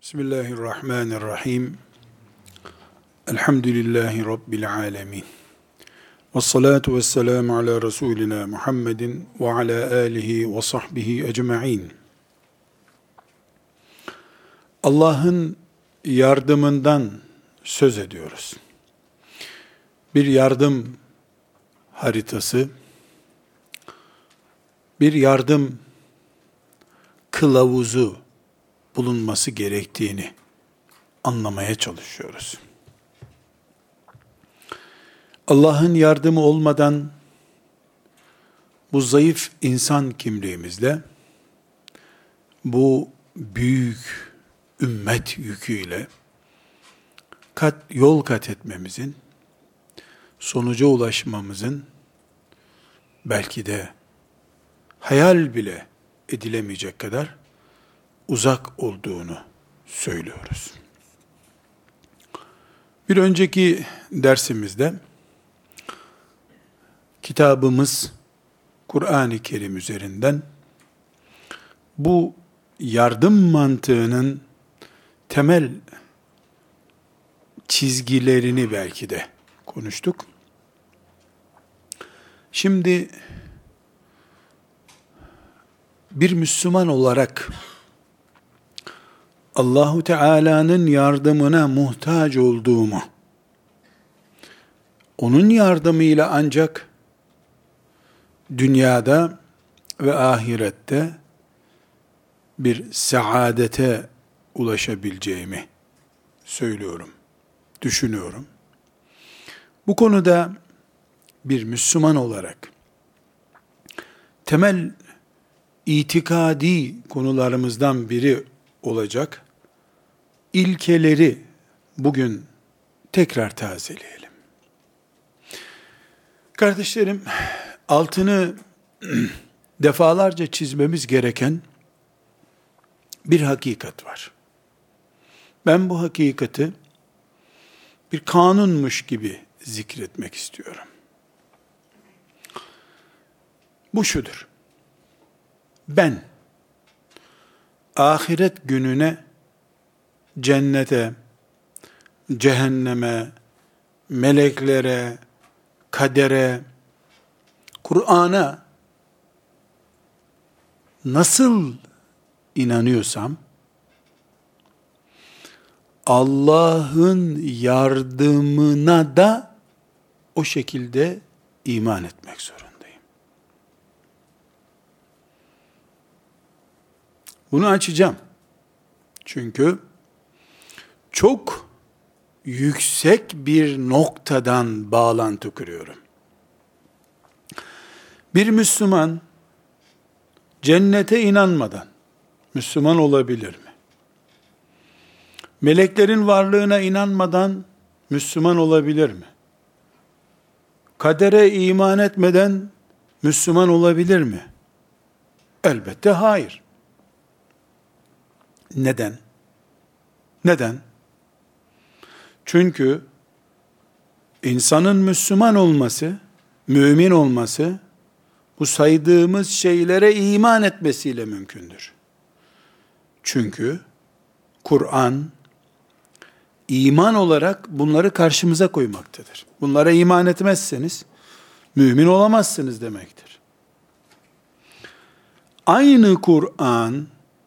Bismillahirrahmanirrahim. Elhamdülillahi Rabbil alemin. Vessalatu vesselamu ala Resulina Muhammedin ve ala alihi ve sahbihi ecma'in. Allah'ın yardımından söz ediyoruz. Bir yardım haritası, bir yardım kılavuzu bulunması gerektiğini anlamaya çalışıyoruz. Allah'ın yardımı olmadan bu zayıf insan kimliğimizle, bu büyük ümmet yüküyle yol kat etmemizin, sonuca ulaşmamızın belki de hayal bile edilemeyecek kadar uzak olduğunu söylüyoruz. Bir önceki dersimizde kitabımız Kur'an-ı Kerim üzerinden bu yardım mantığının temel çizgilerini belki de konuştuk. Şimdi bir Müslüman olarak Allahu Teala'nın yardımına muhtaç olduğumu, onun yardımıyla ancak dünyada ve ahirette bir saadete ulaşabileceğimi söylüyorum, düşünüyorum. Bu konuda bir Müslüman olarak temel itikadi konularımızdan biri olacak ilkeleri bugün tekrar tazeleyelim. Kardeşlerim, altını defalarca çizmemiz gereken bir hakikat var. Ben bu hakikati bir kanunmuş gibi zikretmek istiyorum. Bu şudur: ben ahiret gününe, cennete, cehenneme, meleklere, kadere, Kur'an'a nasıl inanıyorsam, Allah'ın yardımına da o şekilde iman etmek zorundayım. Bunu açacağım. Çünkü çok yüksek bir noktadan bağlantı kuruyorum. Bir Müslüman cennete inanmadan Müslüman olabilir mi? Meleklerin varlığına inanmadan Müslüman olabilir mi? Kadere iman etmeden Müslüman olabilir mi? Elbette hayır. Neden? Neden? Çünkü insanın Müslüman olması, mümin olması, bu saydığımız şeylere iman etmesiyle mümkündür. Çünkü Kur'an, iman olarak bunları karşımıza koymaktadır. Bunlara iman etmezseniz, mümin olamazsınız demektir. Aynı Kur'an,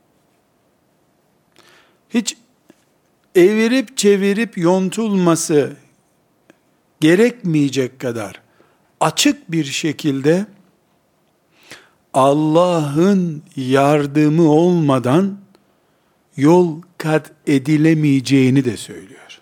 hiç evirip çevirip yontulması gerekmeyecek kadar açık bir şekilde Allah'ın yardımı olmadan yol kat edilemeyeceğini de söylüyor.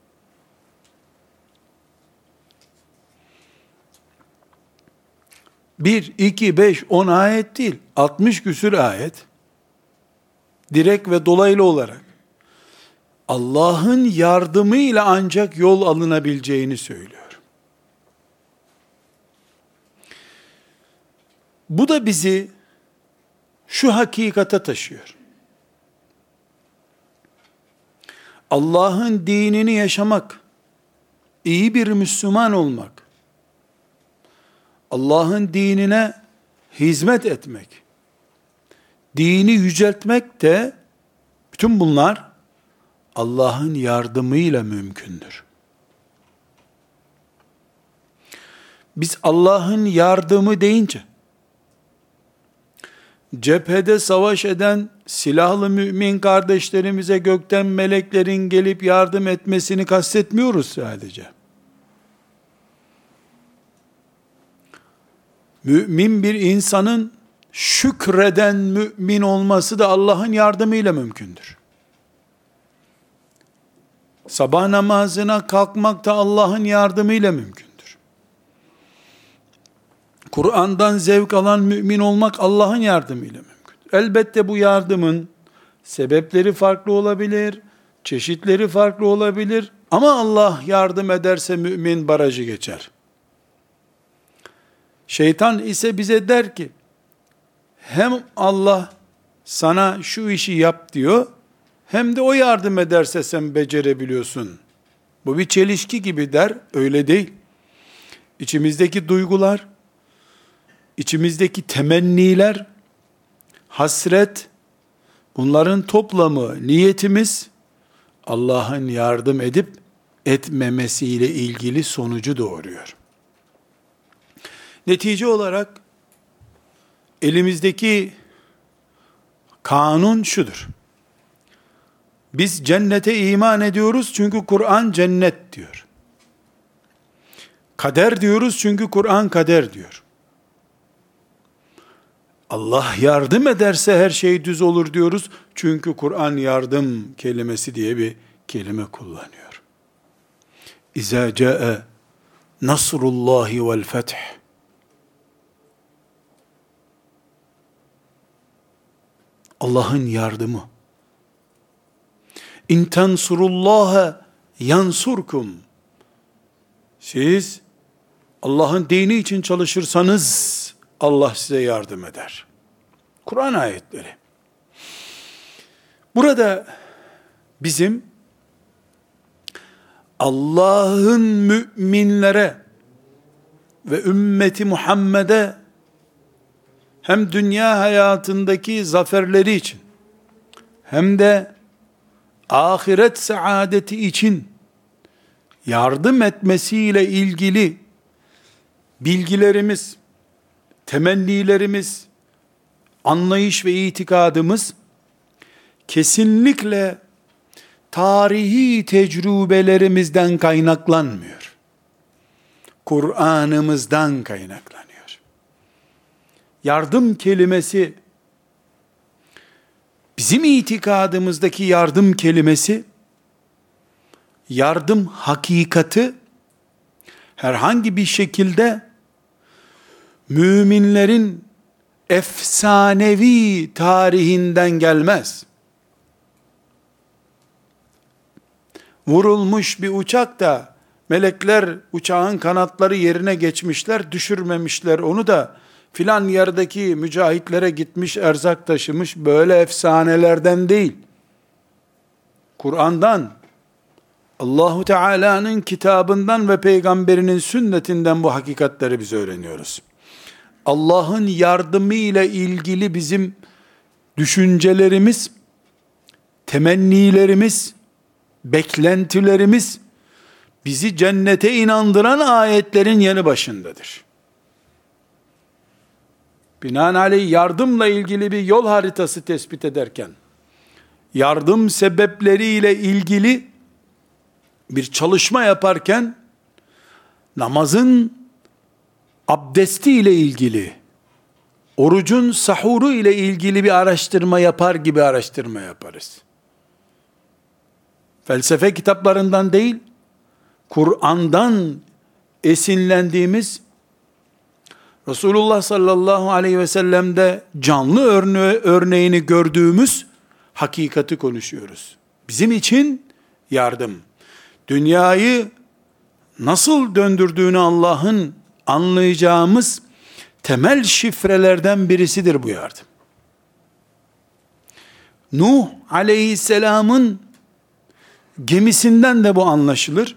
Bir, iki, beş, 10 ayet değil, 60 küsur ayet, direkt ve dolaylı olarak Allah'ın yardımıyla ancak yol alınabileceğini söylüyor. Bu da bizi şu hakikate taşıyor: Allah'ın dinini yaşamak, iyi bir Müslüman olmak, Allah'ın dinine hizmet etmek, dini yüceltmek de, bütün bunlar Allah'ın yardımıyla mümkündür. Biz Allah'ın yardımı deyince, cephede savaş eden silahlı mümin kardeşlerimize gökten meleklerin gelip yardım etmesini kastetmiyoruz sadece. Mümin bir insanın şükreden mümin olması da Allah'ın yardımıyla mümkündür. Sabah namazına kalkmak da Allah'ın yardımıyla mümkündür. Kur'an'dan zevk alan mümin olmak Allah'ın yardımıyla mümkündür. Elbette bu yardımın sebepleri farklı olabilir, çeşitleri farklı olabilir ama Allah yardım ederse mümin barajı geçer. Şeytan ise bize der ki, hem Allah sana şu işi yap diyor, hem de o yardım ederse sen becerebiliyorsun. Bu bir çelişki gibi der, öyle değil. İçimizdeki duygular, içimizdeki temenniler, hasret, bunların toplamı, niyetimiz, Allah'ın yardım edip etmemesiyle ilgili sonucu doğuruyor. Netice olarak, elimizdeki kanun şudur. Biz cennete iman ediyoruz çünkü Kur'an cennet diyor. Kader diyoruz çünkü Kur'an kader diyor. Allah yardım ederse her şey düz olur diyoruz. Çünkü Kur'an yardım kelimesi diye bir kelime kullanıyor. İzâ câe nasrullahi vel feth. Allah'ın yardımı. İn tensurullâhe yansurkum. Siz Allah'ın dini için çalışırsanız Allah size yardım eder. Kur'an ayetleri. Burada bizim Allah'ın müminlere ve ümmeti Muhammed'e hem dünya hayatındaki zaferleri için hem de ahiret saadeti için yardım etmesiyle ilgili bilgilerimiz, temennilerimiz, anlayış ve itikadımız kesinlikle tarihi tecrübelerimizden kaynaklanmıyor. Kur'an'ımızdan kaynaklanıyor. Yardım kelimesi, bizim itikadımızdaki yardım kelimesi, yardım hakikati herhangi bir şekilde müminlerin efsanevi tarihinden gelmez. Vurulmuş bir uçak da melekler uçağın kanatları yerine geçmişler, düşürmemişler onu da filan yerdeki mücahitlere gitmiş, erzak taşımış, böyle efsanelerden değil. Kur'an'dan, Allahu Teala'nın kitabından ve peygamberinin sünnetinden bu hakikatleri biz öğreniyoruz. Allah'ın yardımı ile ilgili bizim düşüncelerimiz, temennilerimiz, beklentilerimiz bizi cennete inandıran ayetlerin yanı başındadır. Binaenaleyh yardımla ilgili bir yol haritası tespit ederken, yardım sebepleriyle ilgili bir çalışma yaparken, namazın abdesti ile ilgili, orucun sahuru ile ilgili bir araştırma yapar gibi araştırma yaparız. Felsefe kitaplarından değil, Kur'an'dan esinlendiğimiz, Resulullah sallallahu aleyhi ve sellem'de canlı örneğini gördüğümüz hakikati konuşuyoruz. Bizim için yardım, dünyayı nasıl döndürdüğünü Allah'ın anlayacağımız temel şifrelerden birisidir bu yardım. Nuh aleyhisselamın gemisinden de bu anlaşılır.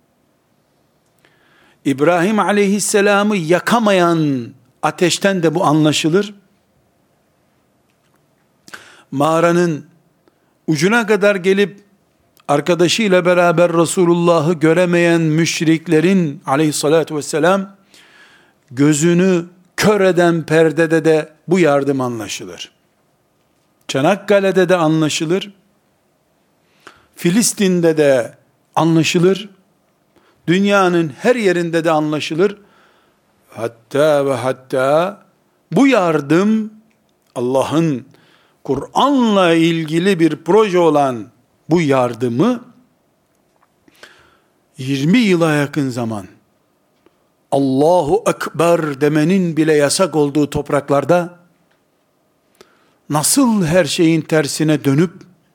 İbrahim aleyhisselamı yakamayan ateşten de bu anlaşılır. Mağaranın ucuna kadar gelip arkadaşıyla beraber Resulullah'ı göremeyen müşriklerin aleyhissalatü vesselam gözünü kör eden perdede de bu yardım anlaşılır. Çanakkale'de de anlaşılır. Filistin'de de anlaşılır. Dünyanın her yerinde de anlaşılır. Hatta ve hatta bu yardım Allah'ın Kur'an'la ilgili bir proje olan bu yardımı 20 yıla yakın zaman Allahu Ekber demenin bile yasak olduğu topraklarda nasıl her şeyin tersine dönüp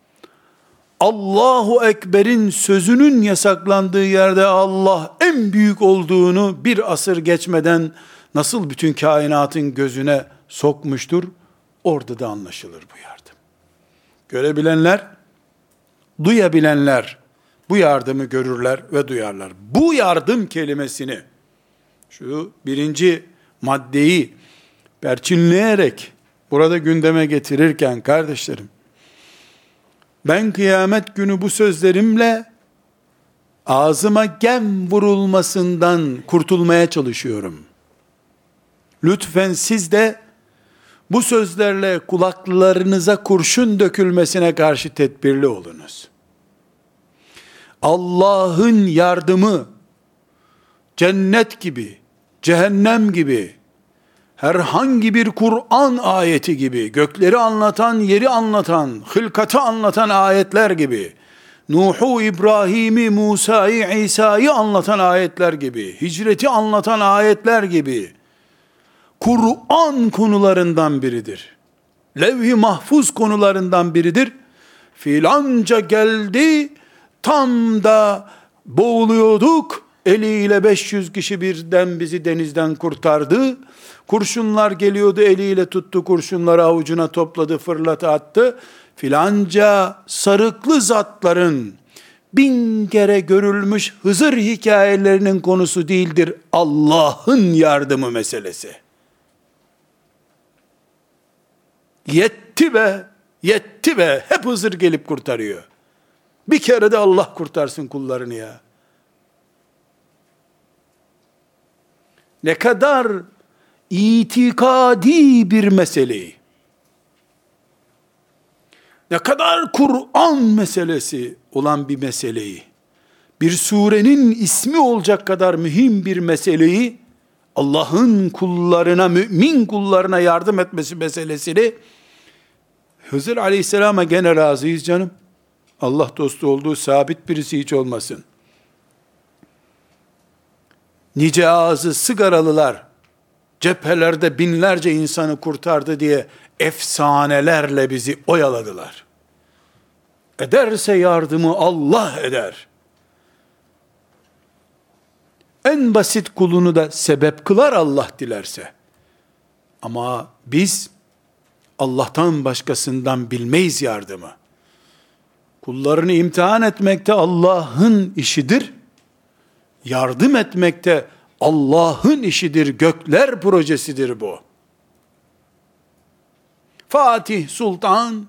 Allahu Ekber'in sözünün yasaklandığı yerde Allah en büyük olduğunu bir asır geçmeden nasıl bütün kainatın gözüne sokmuştur, orada da anlaşılır bu yardım. Görebilenler, duyabilenler bu yardımı görürler ve duyarlar. Bu yardım kelimesini, şu birinci maddeyi perçinleyerek burada gündeme getirirken kardeşlerim, ben kıyamet günü bu sözlerimle ağzıma gem vurulmasından kurtulmaya çalışıyorum. Lütfen siz de bu sözlerle kulaklarınıza kurşun dökülmesine karşı tedbirli olunuz. Allah'ın yardımı cennet gibi, cehennem gibi, herhangi bir Kur'an ayeti gibi, gökleri anlatan, yeri anlatan, hılkatı anlatan ayetler gibi, Nuh'u, İbrahim'i, Musa'yı, İsa'yı anlatan ayetler gibi, hicreti anlatan ayetler gibi, Kur'an konularından biridir. Levh-i mahfuz konularından biridir. Filanca geldi, tam da boğuluyorduk, eliyle 500 kişi birden bizi denizden kurtardı. Kurşunlar geliyordu, eliyle tuttu, kurşunları avucuna topladı, fırlattı, attı. Filanca sarıklı zatların 1000 kere görülmüş Hızır hikayelerinin konusu değildir, Allah'ın yardımı meselesi. Yetti be, yetti be, hep Hızır gelip kurtarıyor. Bir kere de Allah kurtarsın kullarını ya. Ne kadar itikadi bir meseleyi, ne kadar Kur'an meselesi olan bir meseleyi, bir surenin ismi olacak kadar mühim bir meseleyi, Allah'ın kullarına, mümin kullarına yardım etmesi meselesini, Hızır aleyhisselama gene razıyız canım. Allah dostu olduğu sabit birisi hiç olmasın. Nice ağzı sigaralılar, cephelerde binlerce insanı kurtardı diye efsanelerle bizi oyaladılar. Ederse yardımı Allah eder. En basit kulunu da sebep kılar Allah dilerse. Ama biz Allah'tan başkasından bilmeyiz yardımı. Kullarını imtihan etmekte Allah'ın işidir. Yardım etmekte Allah'ın işidir. Gökler projesidir bu. Fatih Sultan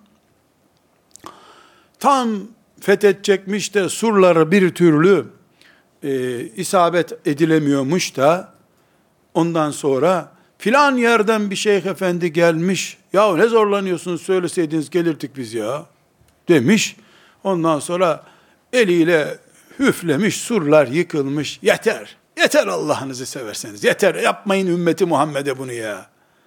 tam fethedecekmiş de surları bir türlü isabet edilemiyormuş da ondan sonra filan yerden bir şeyh efendi gelmiş. Ya ne zorlanıyorsunuz, söyleseydiniz gelirdik biz ya demiş. Ondan sonra eliyle üflemiş, surlar yıkılmış. Yeter. Yeter Allah'ınızı severseniz. Yeter. Yapmayın ümmeti Muhammed'e bunu ya.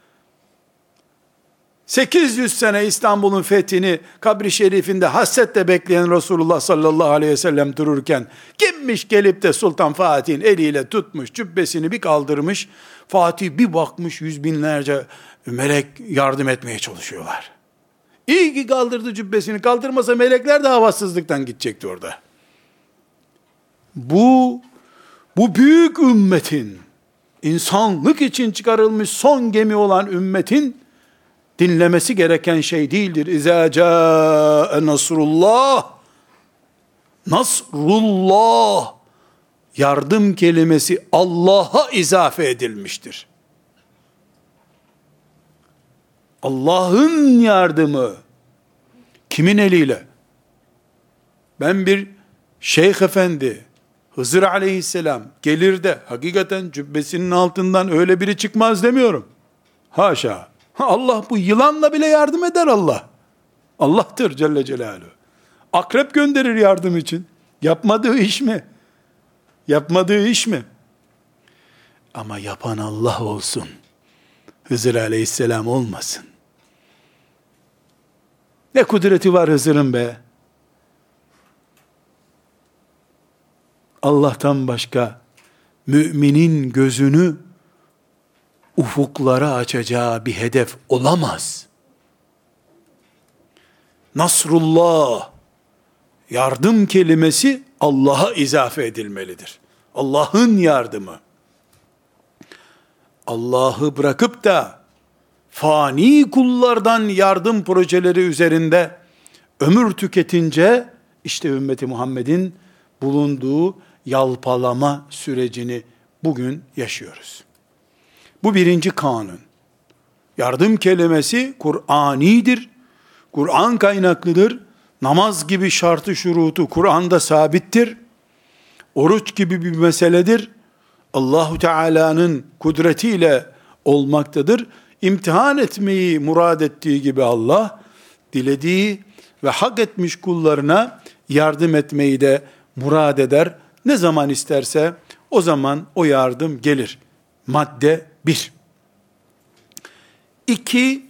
800 sene İstanbul'un fethini kabri şerifinde hasretle bekleyen Resulullah sallallahu aleyhi ve sellem dururken kimmiş gelip de Sultan Fatih'in eliyle tutmuş, cübbesini bir kaldırmış. Fatih bir bakmış, yüz binlerce melek yardım etmeye çalışıyorlar. İyi ki kaldırdı cübbesini. Kaldırmasa melekler de havasızlıktan gidecekti orada. Bu büyük ümmetin, insanlık için çıkarılmış son gemi olan ümmetin dinlemesi gereken şey değildir. İzâ câe nasrullah, nasrullah, yardım kelimesi Allah'a izafe edilmiştir. Allah'ın yardımı kimin eliyle? Ben bir şeyh efendi, Hızır aleyhisselam gelir de hakikaten cübbesinin altından öyle biri çıkmaz demiyorum. Haşa. Allah bu yılanla bile yardım eder Allah. Allah'tır Celle Celaluhu. Akrep gönderir yardım için. Yapmadığı iş mi? Yapmadığı iş mi? Ama yapan Allah olsun. Hızır aleyhisselam olmasın. Ne kudreti var Hızır'ın be? Allah'tan başka müminin gözünü ufuklara açacağı bir hedef olamaz. Nasrullah, yardım kelimesi Allah'a izafe edilmelidir. Allah'ın yardımı. Allah'ı bırakıp da fani kullardan yardım projeleri üzerinde ömür tüketince işte ümmeti Muhammed'in bulunduğu yalpalama sürecini bugün yaşıyoruz. Bu birinci kanun. Yardım kelimesi Kur'anidir. Kur'an kaynaklıdır. Namaz gibi şartı şurutu Kur'an'da sabittir. Oruç gibi bir meseledir. Allahu Teala'nın kudretiyle olmaktadır. İmtihan etmeyi murad ettiği gibi Allah, dilediği ve hak etmiş kullarına yardım etmeyi de murad eder. Ne zaman isterse o zaman o yardım gelir. Madde 1. 2,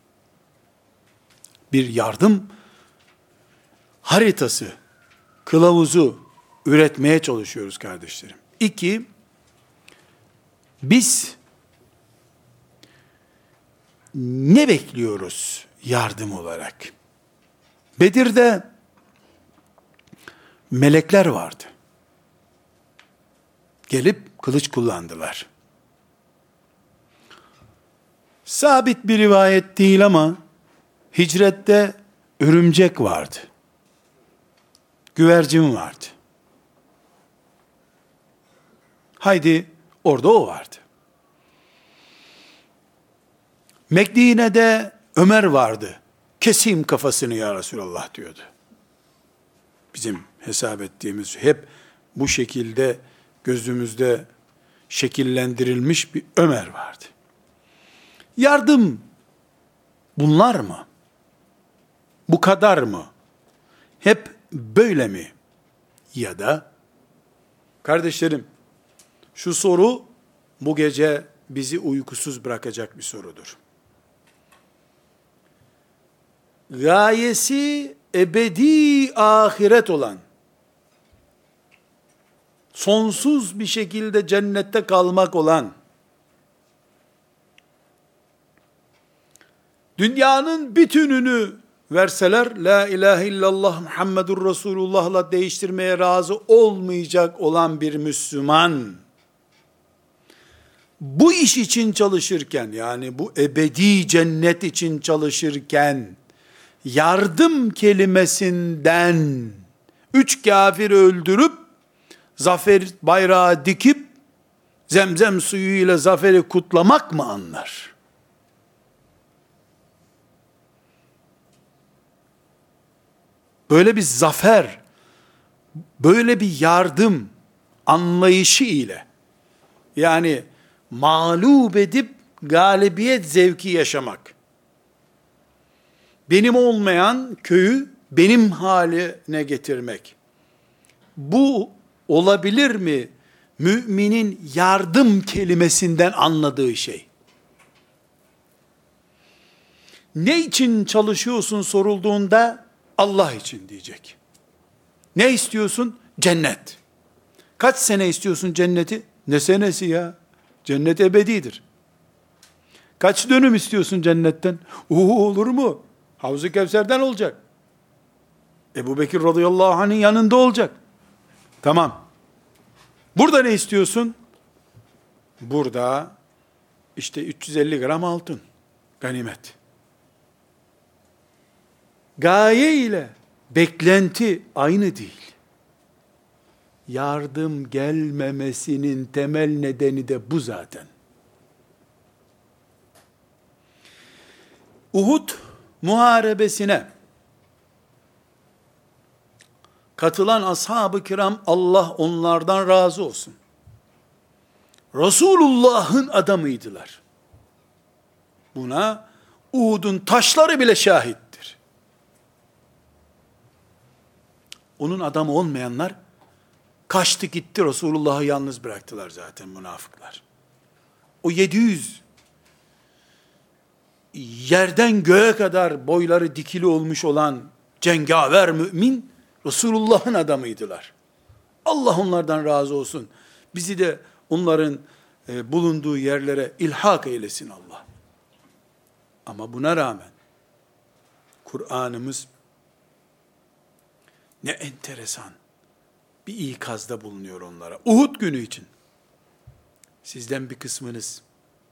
bir yardım haritası, kılavuzu üretmeye çalışıyoruz kardeşlerim. 2, biz ne bekliyoruz yardım olarak? Bedir'de melekler vardı. Gelip kılıç kullandılar. Sabit bir rivayet değil ama hicrette örümcek vardı. Güvercin vardı. Haydi orada o vardı. Medine'de Ömer vardı. Keseyim kafasını ya Resulallah diyordu. Bizim hesap ettiğimiz hep bu şekilde gözümüzde şekillendirilmiş bir Ömer vardı. Yardım bunlar mı? Bu kadar mı? Hep böyle mi? Ya da kardeşlerim, şu soru bu gece bizi uykusuz bırakacak bir sorudur. Gayesi ebedi ahiret olan, sonsuz bir şekilde cennette kalmak olan, dünyanın bütününü verseler, la ilahe illallah Muhammedur Resulullah'la değiştirmeye razı olmayacak olan bir Müslüman, bu iş için çalışırken, yani bu ebedi cennet için çalışırken, yardım kelimesinden 3 kafir öldürüp, zafer bayrağı dikip, zemzem suyuyla zaferi kutlamak mı anlar? Böyle bir zafer, böyle bir yardım anlayışı ile, yani mağlup edip galibiyet zevki yaşamak, benim olmayan köyü benim haline getirmek, bu olabilir mi? Müminin yardım kelimesinden anladığı şey. Ne için çalışıyorsun sorulduğunda, Allah için diyecek. Ne istiyorsun? Cennet. Kaç sene istiyorsun cenneti? Ne senesi ya? Cennet ebedidir. Kaç dönüm istiyorsun cennetten? Olur mu? Havz-ı Kevser'den olacak. Ebu Bekir radıyallahu anh'ın yanında olacak. Tamam. Burada ne istiyorsun? Burada işte 350 gram altın. Ganimet. Gaye ile beklenti aynı değil. Yardım gelmemesinin temel nedeni de bu zaten. Uhud muharebesine katılan ashab-ı kiram, Allah onlardan razı olsun, Resulullah'ın adamıydılar. Buna Uhud'un taşları bile şahittir. Onun adamı olmayanlar kaçtı gitti, Resulullah'ı yalnız bıraktılar zaten münafıklar. O 700 yerden göğe kadar boyları dikili olmuş olan cengaver mümin Resulullah'ın adamıydılar. Allah onlardan razı olsun. Bizi de onların bulunduğu yerlere ilhak eylesin Allah. Ama buna rağmen Kur'an'ımız ne enteresan bir ikazda bulunuyor onlara. Uhud günü için sizden bir kısmınız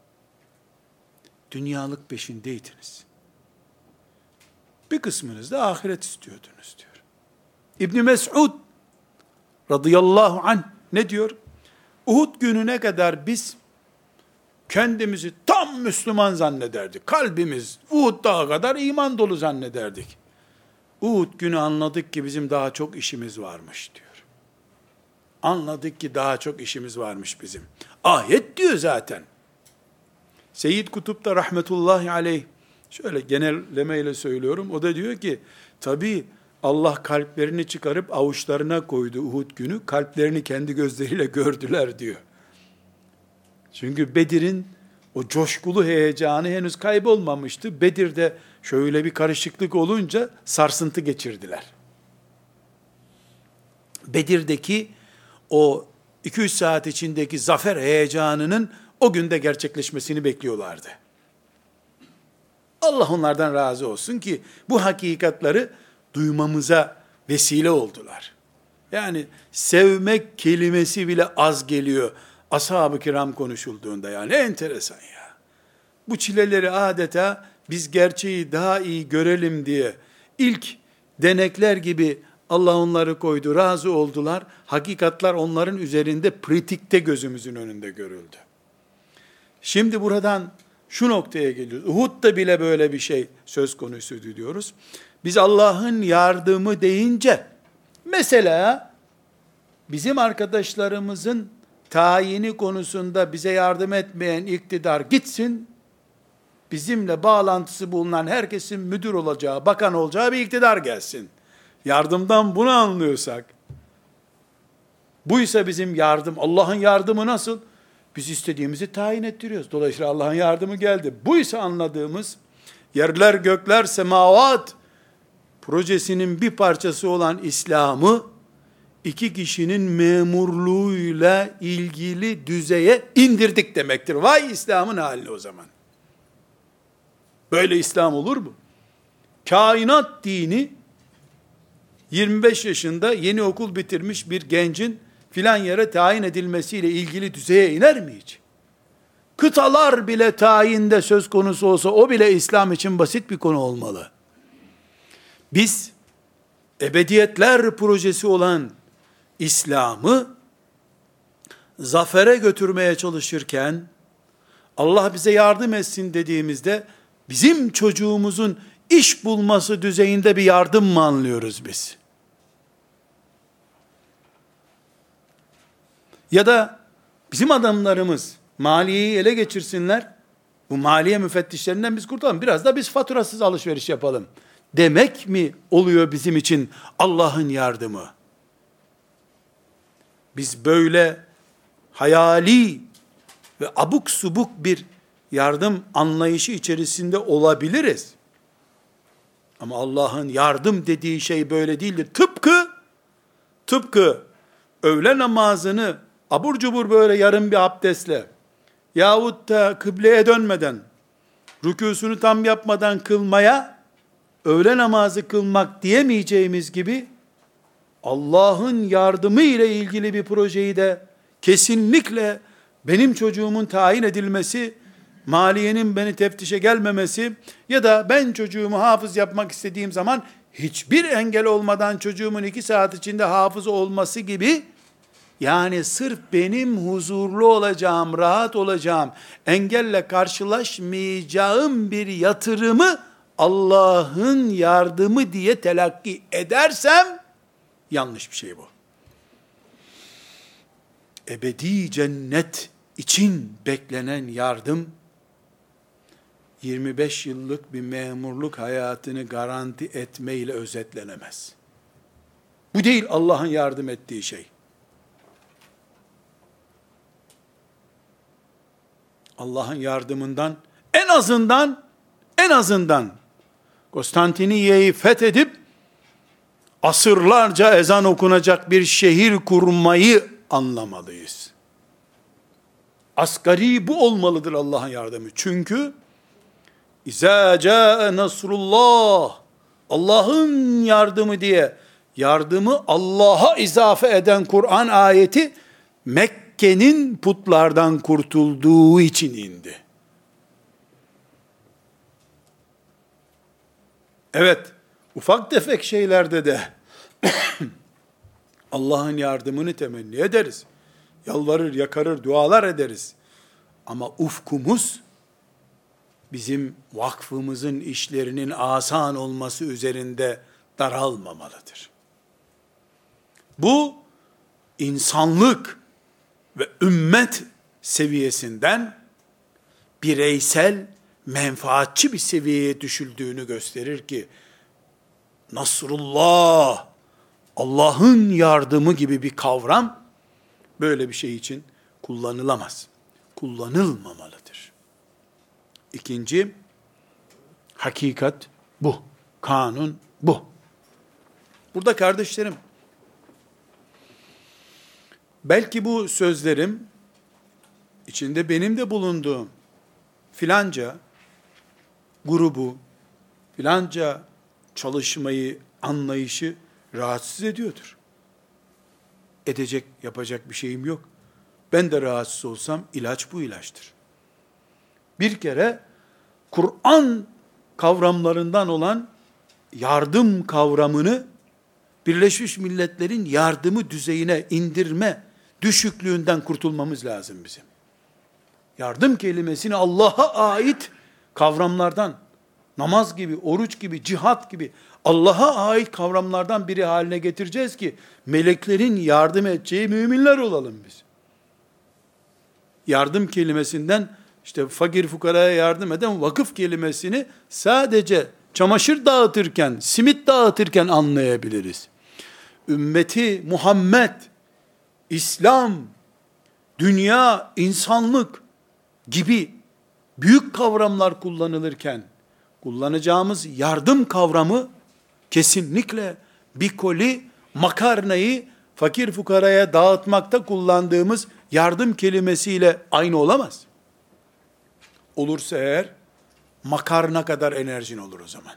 dünyalık peşindeydiniz. Bir kısmınız da ahiret istiyordunuz diyor. İbn Mes'ud radıyallahu anh ne diyor? Uhud gününe kadar biz kendimizi tam Müslüman zannederdik. Kalbimiz Uhud dağı kadar iman dolu zannederdik. Uhud günü anladık ki bizim daha çok işimiz varmış diyor. Anladık ki daha çok işimiz varmış bizim. Ayet diyor zaten. Seyyid Kutup da rahmetullahi aleyh, şöyle genellemeyle söylüyorum, o da diyor ki, tabii Allah kalplerini çıkarıp avuçlarına koydu Uhud günü, kalplerini kendi gözleriyle gördüler diyor. Çünkü Bedir'in o coşkulu heyecanı henüz kaybolmamıştı. Bedir'de şöyle bir karışıklık olunca sarsıntı geçirdiler. Bedir'deki o 200 saat içindeki zafer heyecanının o günde gerçekleşmesini bekliyorlardı. Allah onlardan razı olsun ki bu hakikatları duymamıza vesile oldular. Yani sevmek kelimesi bile az geliyor ashab-ı kiram konuşulduğunda, yani enteresan ya. Bu çileleri adeta biz gerçeği daha iyi görelim diye ilk denekler gibi Allah onları koydu, razı oldular. Hakikatler onların üzerinde pratikte gözümüzün önünde görüldü. Şimdi buradan şu noktaya geliyoruz. Uhud'da bile böyle bir şey söz konusuydu diyoruz. Biz Allah'ın yardımı deyince, mesela bizim arkadaşlarımızın tayini konusunda bize yardım etmeyen iktidar gitsin, bizimle bağlantısı bulunan herkesin müdür olacağı, bakan olacağı bir iktidar gelsin. Yardımdan bunu anlıyorsak, buysa bizim yardım, Allah'ın yardımı nasıl? Biz istediğimizi tayin ettiriyoruz. Dolayısıyla Allah'ın yardımı geldi. Buysa anladığımız, yerler gökler semavat projesinin bir parçası olan İslam'ı, iki kişinin memurluğuyla ilgili düzeye indirdik demektir. Vay İslam'ın haline o zaman. Böyle İslam olur mu? Kainat dini, 25 yaşında yeni okul bitirmiş bir gencin filan yere tayin edilmesiyle ilgili düzeye iner mi hiç? Kıtalar bile tayinde söz konusu olsa, o bile İslam için basit bir konu olmalı. Biz ebediyetler projesi olan İslam'ı zafere götürmeye çalışırken, Allah bize yardım etsin dediğimizde, bizim çocuğumuzun iş bulması düzeyinde bir yardım mı anlıyoruz biz? Ya da bizim adamlarımız maliyeyi ele geçirsinler, bu maliye müfettişlerinden biz kurtulalım, biraz da biz faturasız alışveriş yapalım demek mi oluyor bizim için Allah'ın yardımı? Biz böyle hayali ve abuk subuk bir yardım anlayışı içerisinde olabiliriz. Ama Allah'ın yardım dediği şey böyle değildir. Tıpkı öğle namazını abur cubur böyle yarım bir abdestle yahut da kıbleye dönmeden, rükûsunu tam yapmadan kılmaya öğle namazı kılmak diyemeyeceğimiz gibi, Allah'ın yardımı ile ilgili bir projeyi de kesinlikle benim çocuğumun tayin edilmesi, maliyenin beni teftişe gelmemesi ya da ben çocuğumu hafız yapmak istediğim zaman hiçbir engel olmadan çocuğumun 2 saat içinde hafız olması gibi, yani sırf benim huzurlu olacağım, rahat olacağım, engelle karşılaşmayacağım bir yatırımı Allah'ın yardımı diye telakki edersem, Yanlış bir şey bu. Ebedi cennet için beklenen yardım, 25 yıllık bir memurluk hayatını garanti etmeyle özetlenemez. Bu değil Allah'ın yardım ettiği şey. Allah'ın yardımından en azından Konstantiniyye'yi fethedip asırlarca ezan okunacak bir şehir kurmayı anlamalıyız. Asgari bu olmalıdır Allah'ın yardımı. Çünkü İzâ câe nasrullah, Allah'ın yardımı diye yardımı Allah'a izafe eden Kur'an ayeti Mekke'nin putlardan kurtulduğu için indi. Evet, ufak tefek şeylerde de Allah'ın yardımını temenni ederiz. Yalvarır, yakarır, dualar ederiz. Ama ufkumuz bizim vakfımızın işlerinin asan olması üzerinde daralmamalıdır. Bu insanlık ve ümmet seviyesinden bireysel, menfaatçi bir seviyeye düşüldüğünü gösterir ki Nasrullah, Allah'ın yardımı gibi bir kavram böyle bir şey için kullanılamaz. Kullanılmamalıdır. İkinci, hakikat bu. Kanun bu. Burada kardeşlerim, belki bu sözlerim, içinde benim de bulunduğum filanca grubu, filanca çalışmayı, anlayışı rahatsız ediyordur. Edecek, yapacak bir şeyim yok. Ben de rahatsız olsam ilaç bu ilaçtır. Bir kere Kur'an kavramlarından olan yardım kavramını Birleşmiş Milletler'in yardımı düzeyine indirme düşüklüğünden kurtulmamız lazım bizim. Yardım kelimesini Allah'a ait kavramlardan, namaz gibi, oruç gibi, cihat gibi Allah'a ait kavramlardan biri haline getireceğiz ki meleklerin yardım edeceği müminler olalım biz. Yardım kelimesinden işte fakir fukaraya yardım eden vakıf kelimesini sadece çamaşır dağıtırken, simit dağıtırken anlayabiliriz. Ümmeti Muhammed, İslam, dünya, insanlık gibi büyük kavramlar kullanılırken kullanacağımız yardım kavramı kesinlikle bir koli makarnayı fakir fukaraya dağıtmakta kullandığımız yardım kelimesiyle aynı olamaz. Olursa eğer makarna kadar enerjin olur o zaman.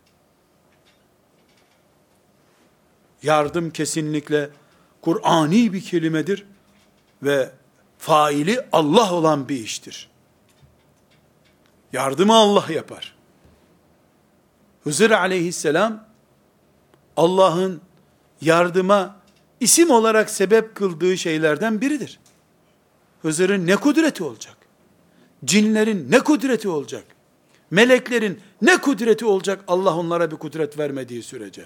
Yardım kesinlikle Kur'ani bir kelimedir ve faili Allah olan bir iştir. Yardımı Allah yapar. Hızır aleyhisselam Allah'ın yardıma isim olarak sebep kıldığı şeylerden biridir. Hızır'ın ne kudreti olacak? Cinlerin ne kudreti olacak? Meleklerin ne kudreti olacak Allah onlara bir kudret vermediği sürece?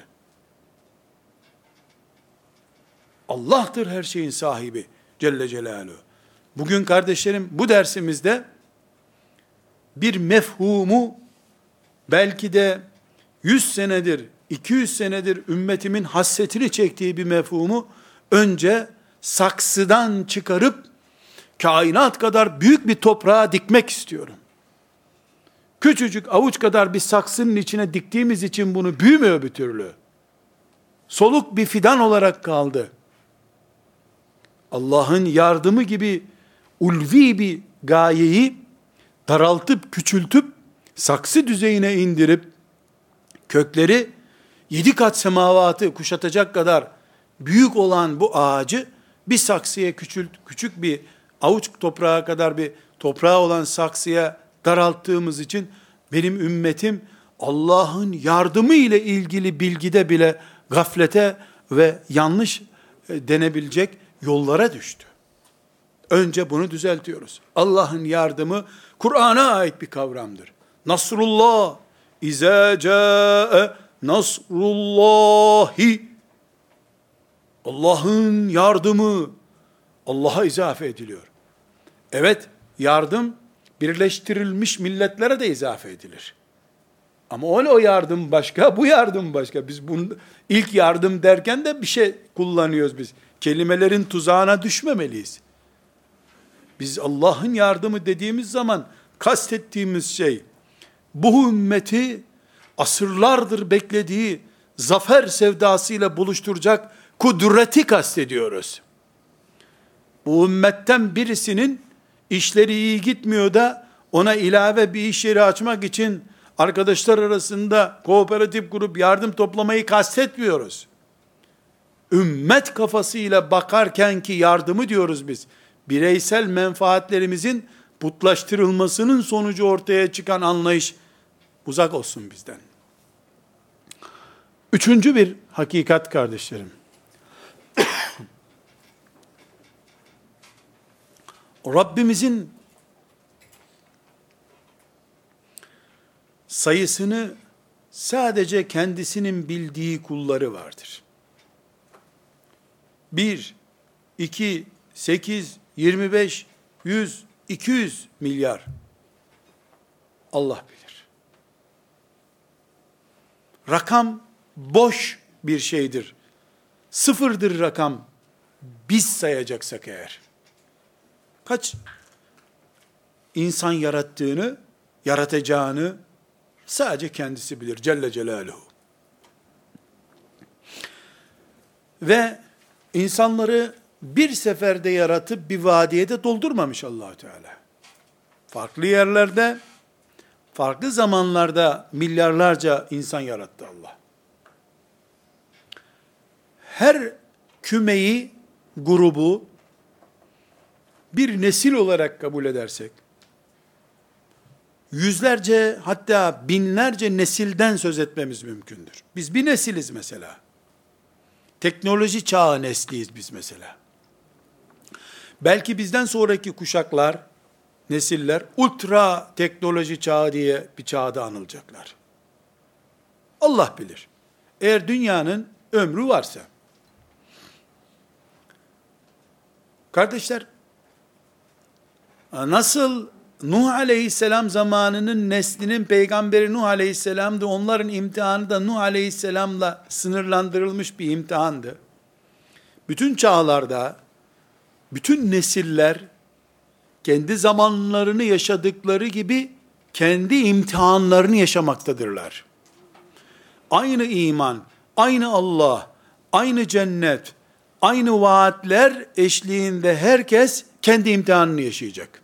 Allah'tır her şeyin sahibi Celle Celaluhu. Bugün kardeşlerim bu dersimizde bir mefhumu belki de 100 senedir, 200 senedir ümmetimin hasretini çektiği bir mefhumu önce saksıdan çıkarıp kainat kadar büyük bir toprağa dikmek istiyorum. Küçücük avuç kadar bir saksının içine diktiğimiz için bunu büyümüyor bir türlü. Soluk bir fidan olarak kaldı. Allah'ın yardımı gibi ulvi bir gayeyi daraltıp, küçültüp, saksı düzeyine indirip, kökleri 7 kat semavatı kuşatacak kadar büyük olan bu ağacı, bir saksıya küçük bir avuç toprağa kadar bir toprağı olan saksıya daralttığımız için, benim ümmetim Allah'ın yardımı ile ilgili bilgide bile gaflete ve yanlış denebilecek yollara düştü. Önce bunu düzeltiyoruz. Allah'ın yardımı Kur'an'a ait bir kavramdır. Nasrullah, İzâ câe nasrullahi. Allah'ın yardımı Allah'a izafe ediliyor. Evet, yardım Birleştirilmiş Milletler'e de izafe edilir. Ama o yardım başka, bu yardım başka. Biz bunu ilk yardım derken de bir şey kullanıyoruz biz. Kelimelerin tuzağına düşmemeliyiz. Biz Allah'ın yardımı dediğimiz zaman kastettiğimiz şey, bu ümmeti asırlardır beklediği zafer sevdasıyla buluşturacak kudreti kastediyoruz. Bu ümmetten birisinin işleri iyi gitmiyor da ona ilave bir iş yeri açmak için arkadaşlar arasında kooperatif kurup yardım toplamayı kastetmiyoruz. Ümmet kafasıyla bakarken ki yardımı diyoruz biz. Bireysel menfaatlerimizin putlaştırılmasının sonucu ortaya çıkan anlayış uzak olsun bizden. Üçüncü bir hakikat kardeşlerim. Rabbimizin sayısını sadece kendisinin bildiği kulları vardır. 1, 2, 8, 25, 100, 200 milyar. Allah bilir. Rakam boş bir şeydir. Sıfırdır rakam. Biz sayacaksak eğer. Kaç insan yarattığını, yaratacağını sadece kendisi bilir. Celle Celaluhu. Ve insanları bir seferde yaratıp bir vadiye de doldurmamış Allah Teala. Farklı yerlerde, farklı zamanlarda milyarlarca insan yarattı Allah. Her kümeyi, grubu bir nesil olarak kabul edersek, yüzlerce hatta binlerce nesilden söz etmemiz mümkündür. Biz bir nesiliz mesela. Teknoloji çağı nesliyiz biz mesela. Belki bizden sonraki kuşaklar, nesiller, ultra teknoloji çağı diye bir çağda anılacaklar. Allah bilir. Eğer dünyanın ömrü varsa. Kardeşler, nasıl Nuh aleyhisselam zamanının neslinin peygamberi Nuh aleyhisselamdı, onların imtihanı da Nuh aleyhisselamla sınırlandırılmış bir imtihandı. Bütün çağlarda, bütün nesiller, kendi zamanlarını yaşadıkları gibi, kendi imtihanlarını yaşamaktadırlar. Aynı iman, aynı Allah, aynı cennet, aynı vaatler eşliğinde herkes kendi imtihanını yaşayacak.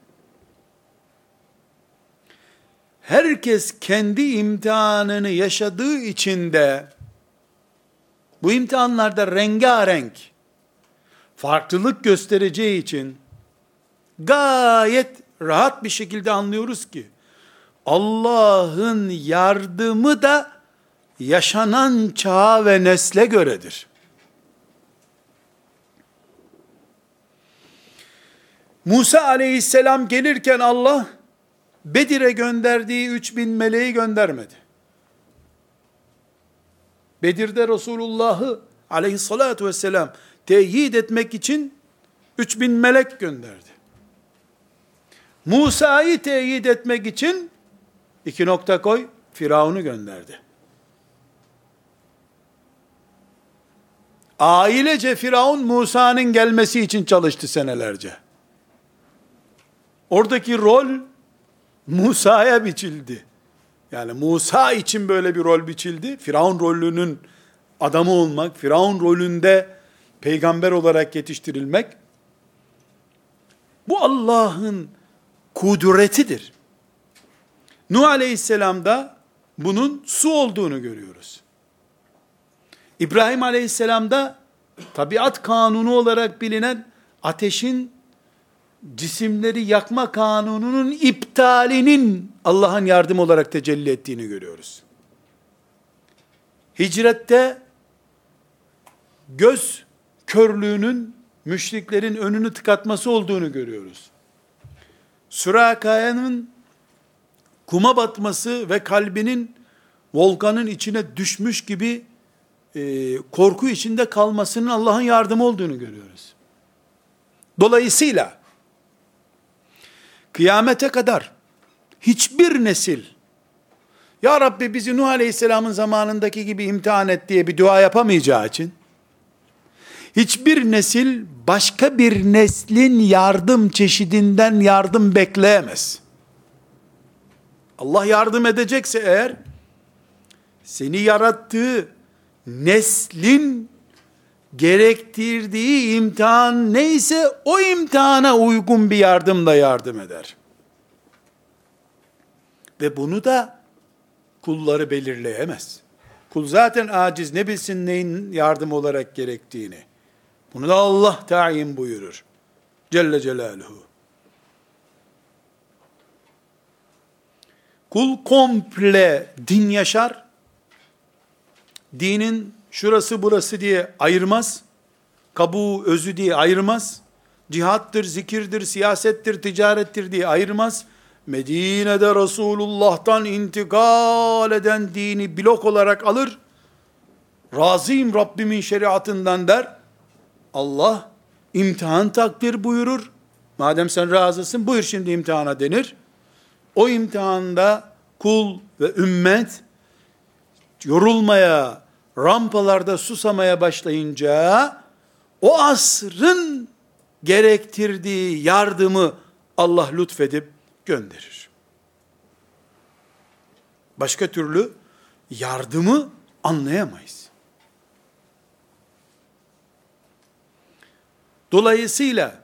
Herkes kendi imtihanını yaşadığı için de, bu imtihanlarda rengarenk, farklılık göstereceği için, gayet rahat bir şekilde anlıyoruz ki, Allah'ın yardımı da, yaşanan çağa ve nesle göredir. Musa aleyhisselam gelirken Allah, Bedir'e gönderdiği 3000 meleği göndermedi. Bedir'de Resulullah'ı aleyhissalatu vesselam teyit etmek için 3000 melek gönderdi. Musa'yı teyit etmek için 2 nokta koy, Firavun'u gönderdi. Ailece Firavun Musa'nın gelmesi için çalıştı senelerce. Oradaki rol Musa'ya biçildi. Yani Musa için böyle bir rol biçildi. Firavun rolünün adamı olmak, Firavun rolünde peygamber olarak yetiştirilmek, bu Allah'ın kudretidir. Nuh Aleyhisselam'da bunun su olduğunu görüyoruz. İbrahim Aleyhisselam'da tabiat kanunu olarak bilinen ateşin cisimleri yakma kanununun iptalinin Allah'ın yardımı olarak tecelli ettiğini görüyoruz. Hicrette göz körlüğünün müşriklerin önünü tıkatması olduğunu görüyoruz. Süraka'nın kuma batması ve kalbinin volkanın içine düşmüş gibi korku içinde kalmasının Allah'ın yardımı olduğunu görüyoruz. Dolayısıyla kıyamete kadar hiçbir nesil, Ya Rabbi bizi Nuh Aleyhisselam'ın zamanındaki gibi imtihan et diye bir dua yapamayacağı için, hiçbir nesil başka bir neslin yardım çeşidinden yardım bekleyemez. Allah yardım edecekse eğer, seni yarattığı neslin gerektirdiği imtihan neyse, o imtihana uygun bir yardımla yardım eder. Ve bunu da kulları belirleyemez. Kul zaten aciz, ne bilsin neyin yardım olarak gerektiğini. Bunu da Allah tayin buyurur. Celle Celaluhu. Kul komple din yaşar. Dinin şurası burası diye ayırmaz. Kabuğu özü diye ayırmaz. Cihattır, zikirdir, siyasettir, ticarettir diye ayırmaz. Medine'de Resulullah'tan intikal eden dini blok olarak alır. Razıyım Rabbimin şeriatından der. Allah imtihan takdir buyurur. Madem sen razısın, buyur şimdi imtihana denir. O imtihanda kul ve ümmet yorulmaya, rampalarda susamaya başlayınca, o asrın gerektirdiği yardımı Allah lütfedip gönderir. Başka türlü yardımı anlayamayız. Dolayısıyla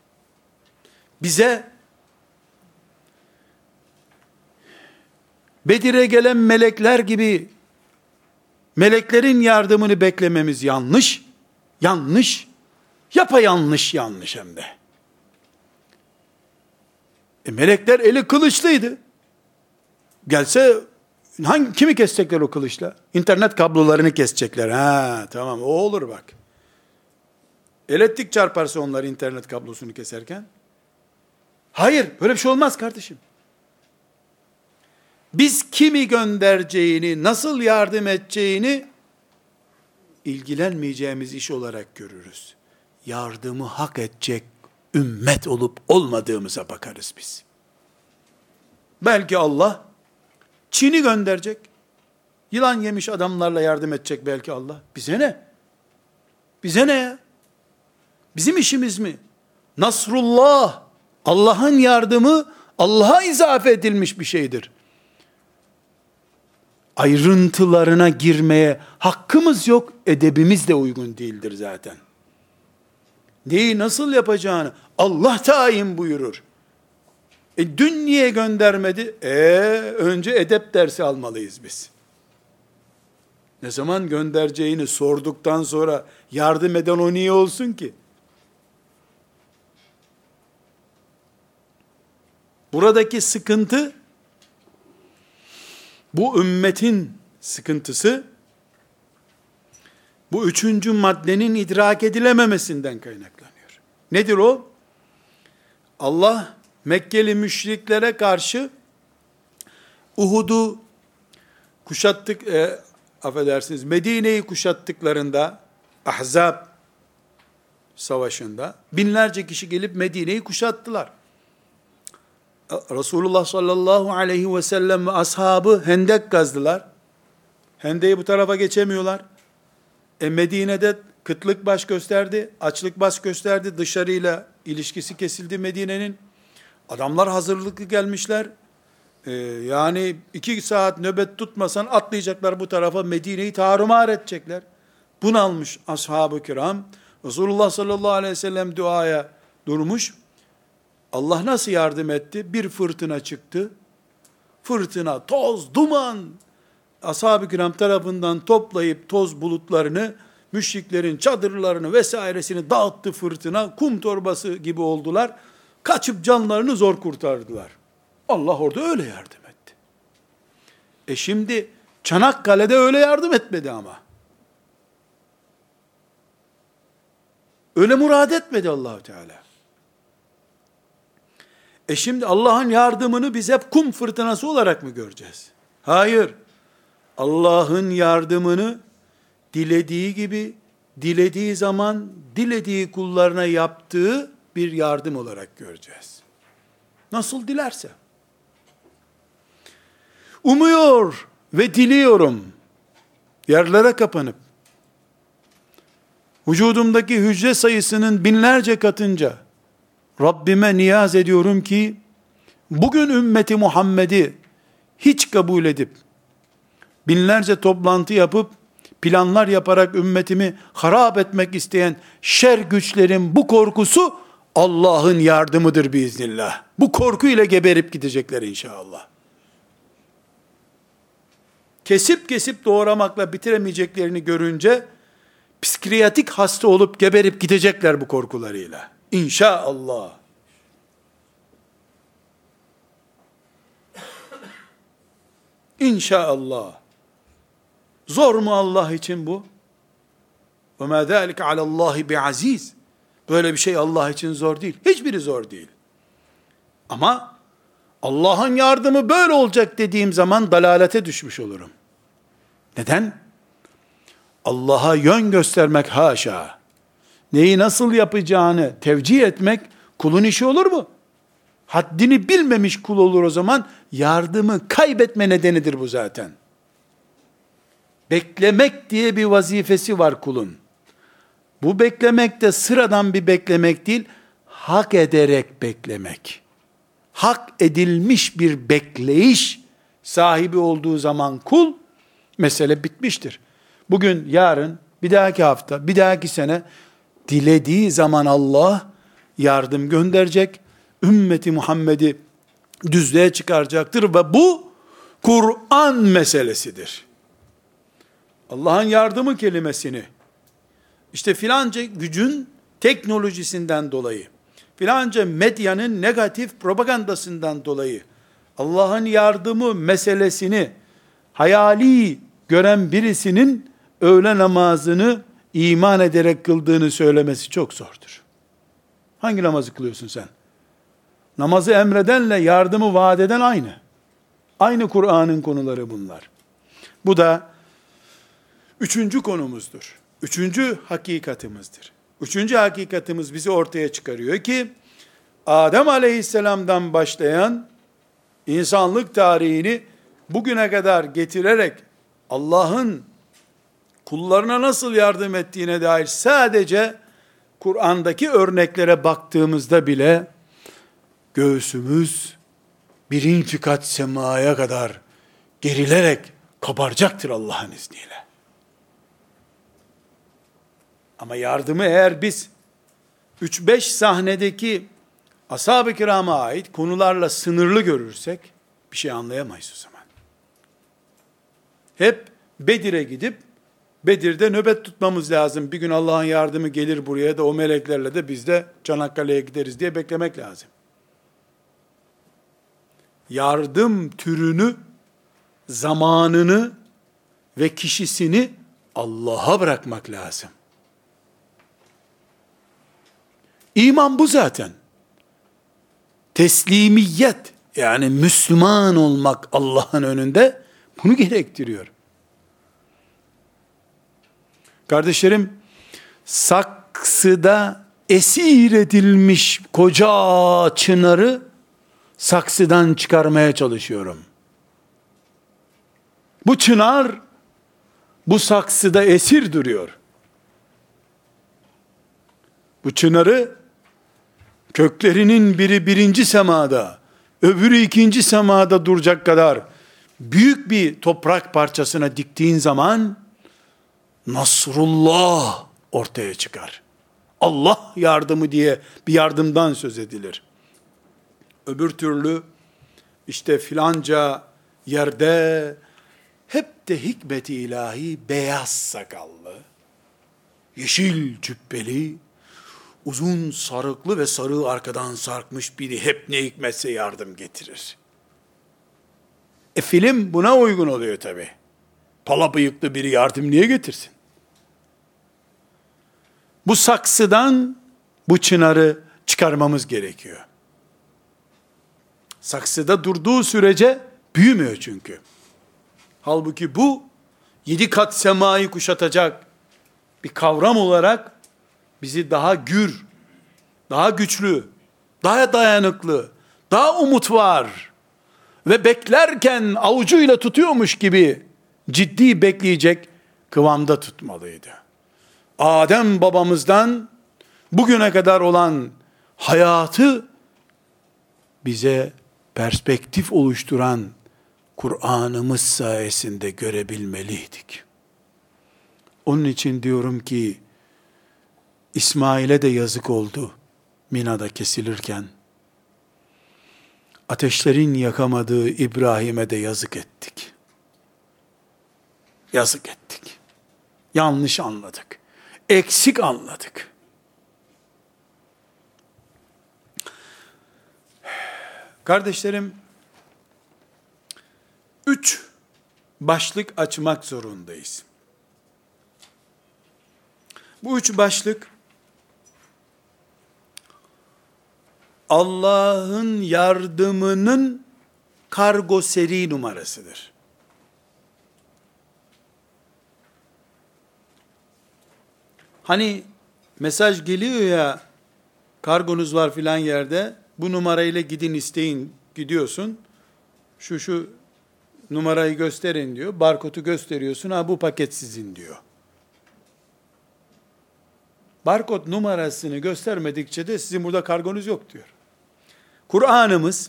bize Bedir'e gelen melekler gibi meleklerin yardımını beklememiz yanlış, yapayalnız yanlış hem de. Melekler eli kılıçlıydı. Gelse kimi kesecekler o kılıçla? İnternet kablolarını kesecekler. Tamam, o olur bak. Elektrik çarparsa onlar internet kablosunu keserken. Hayır, böyle bir şey olmaz kardeşim. Biz kimi göndereceğini, nasıl yardım edeceğini ilgilenmeyeceğimiz iş olarak görürüz. Yardımı hak edecek ümmet olup olmadığımıza bakarız biz. Belki Allah Çin'i gönderecek. Yılan yemiş adamlarla yardım edecek belki Allah. Bize ne? Bize ne ya? Bizim işimiz mi? Nasrullah, Allah'ın yardımı Allah'a izafe edilmiş bir şeydir. Ayrıntılarına girmeye hakkımız yok, edebimiz de uygun değildir zaten. Neyi nasıl yapacağını Allah tayin buyurur. Dün niye göndermedi? Önce edep dersi almalıyız biz. Ne zaman göndereceğini sorduktan sonra yardım eden o niye olsun ki? Buradaki sıkıntı, bu ümmetin sıkıntısı, bu üçüncü maddenin idrak edilememesinden kaynaklanıyor. Nedir o? Allah Mekkeli müşriklere karşı Uhud'u kuşattık, Medine'yi kuşattıklarında, Ahzab savaşında binlerce kişi gelip Medine'yi kuşattılar. Resulullah sallallahu aleyhi ve sellem ve ashabı hendek kazdılar. Hendeyi bu tarafa geçemiyorlar. Medine'de kıtlık baş gösterdi, açlık baş gösterdi, dışarıyla ilişkisi kesildi Medine'nin. Adamlar hazırlıklı gelmişler. Yani 2 saat nöbet tutmasan atlayacaklar bu tarafa, Medine'yi tarumar edecekler. Bunalmış ashab-ı kiram. Resulullah sallallahu aleyhi ve sellem duaya durmuş. Allah nasıl yardım etti? Bir fırtına çıktı. Fırtına, toz, duman. Ashab-ı kiram tarafından toplayıp toz bulutlarını, müşriklerin çadırlarını vesairesini dağıttı fırtına. Kum torbası gibi oldular. Kaçıp canlarını zor kurtardılar. Allah orada öyle yardım etti. Şimdi Çanakkale'de öyle yardım etmedi ama. Öyle murad etmedi Allah-u Teala. Şimdi Allah'ın yardımını biz hep kum fırtınası olarak mı göreceğiz? Hayır. Allah'ın yardımını dilediği gibi, dilediği zaman, dilediği kullarına yaptığı bir yardım olarak göreceğiz. Nasıl dilerse. Umuyor ve diliyorum, yerlere kapanıp, vücudumdaki hücre sayısının binlerce katınca, Rabbime niyaz ediyorum ki, bugün ümmeti Muhammed'i hiç kabul edip, binlerce toplantı yapıp, planlar yaparak ümmetimi harap etmek isteyen şer güçlerin bu korkusu, Allah'ın yardımıdır biiznillah. Bu korkuyla geberip gidecekler inşallah. Kesip kesip doğramakla bitiremeyeceklerini görünce, psikiyatrik hasta olup geberip gidecekler bu korkularıyla. İnşallah. İnşallah. Zor mu Allah için bu? وَمَا ذَٰلِكَ عَلَى اللّٰهِ بِعَز۪يزٍ. Böyle bir şey Allah için zor değil. Hiçbiri zor değil. Ama Allah'ın yardımı böyle olacak dediğim zaman dalalete düşmüş olurum. Neden? Allah'a yön göstermek haşa. Neyi nasıl yapacağını tevcih etmek kulun işi olur mu? Haddini bilmemiş kul olur o zaman. Yardımı kaybetme nedenidir bu zaten. Beklemek diye bir vazifesi var kulun. Bu beklemek de sıradan bir beklemek değil, hak ederek beklemek. Hak edilmiş bir bekleyiş sahibi olduğu zaman kul, mesele bitmiştir. Bugün, yarın, bir dahaki hafta, bir dahaki sene, dilediği zaman Allah yardım gönderecek, ümmeti Muhammed'i düzlüğe çıkaracaktır ve bu Kur'an meselesidir. Allah'ın yardımı kelimesini, işte filanca gücün teknolojisinden dolayı, filanca medyanın negatif propagandasından dolayı, Allah'ın yardımı meselesini hayali gören birisinin öğle namazını iman ederek kıldığını söylemesi çok zordur. Hangi namazı kılıyorsun sen? Namazı emredenle yardımı vaat eden aynı. Aynı Kur'an'ın konuları bunlar. Bu da üçüncü konumuzdur. Üçüncü hakikatimizdir. Üçüncü hakikatimiz bizi ortaya çıkarıyor ki, Adem aleyhisselamdan başlayan insanlık tarihini bugüne kadar getirerek Allah'ın kullarına nasıl yardım ettiğine dair sadece Kur'an'daki örneklere baktığımızda bile göğsümüz birinci kat semaya kadar gerilerek kabaracaktır Allah'ın izniyle. Ama yardımı eğer biz 3-5 sahnedeki ashab-ı kirama ait konularla sınırlı görürsek bir şey anlayamayız o zaman. Hep Bedir'e gidip Bedir'de nöbet tutmamız lazım. Bir gün Allah'ın yardımı gelir buraya da o meleklerle de biz de Çanakkale'ye gideriz diye beklemek lazım. Yardım türünü, zamanını ve kişisini Allah'a bırakmak lazım. İman bu zaten. Teslimiyet, yani Müslüman olmak Allah'ın önünde bunu gerektiriyor. Kardeşlerim, saksıda esir edilmiş koca çınarı saksıdan çıkarmaya çalışıyorum. Bu çınar bu saksıda esir duruyor. Bu çınarı köklerinin biri birinci semada, öbürü ikinci semada duracak kadar büyük bir toprak parçasına diktiğin zaman Nasrullah ortaya çıkar. Allah yardımı diye bir yardımdan söz edilir. Öbür türlü işte filanca yerde hep de hikmet-i ilahi beyaz sakallı, yeşil cübbeli, uzun sarıklı ve sarığı arkadan sarkmış biri hep ne hikmetse yardım getirir. Film buna uygun oluyor tabi. Pala bıyıklı biri yardım niye getirsin? Bu saksıdan bu çınarı çıkarmamız gerekiyor. Saksıda durduğu sürece büyümüyor çünkü. Halbuki bu 7 kat semayı kuşatacak bir kavram olarak bizi daha gür, daha güçlü, daha dayanıklı, daha umut var ve beklerken avucuyla tutuyormuş gibi ciddi bekleyecek kıvamda tutmalıydı. Adem babamızdan bugüne kadar olan hayatı bize perspektif oluşturan Kur'an'ımız sayesinde görebilmeliydik. Onun için diyorum ki İsmail'e de yazık oldu Mina'da kesilirken. Ateşlerin yakamadığı İbrahim'e de yazık ettik. Yazık ettik. Yanlış anladık. Eksik anladık. Kardeşlerim, 3 başlık açmak zorundayız. Bu 3 başlık, Allah'ın yardımının kargo seri numarasıdır. Hani mesaj geliyor ya, kargonuz var filan yerde, bu numarayla gidin isteyin, gidiyorsun, şu numarayı gösterin diyor, barkodu gösteriyorsun, ha bu paket sizin diyor. Barkod numarasını göstermedikçe de sizin burada kargonuz yok diyor. Kur'an'ımız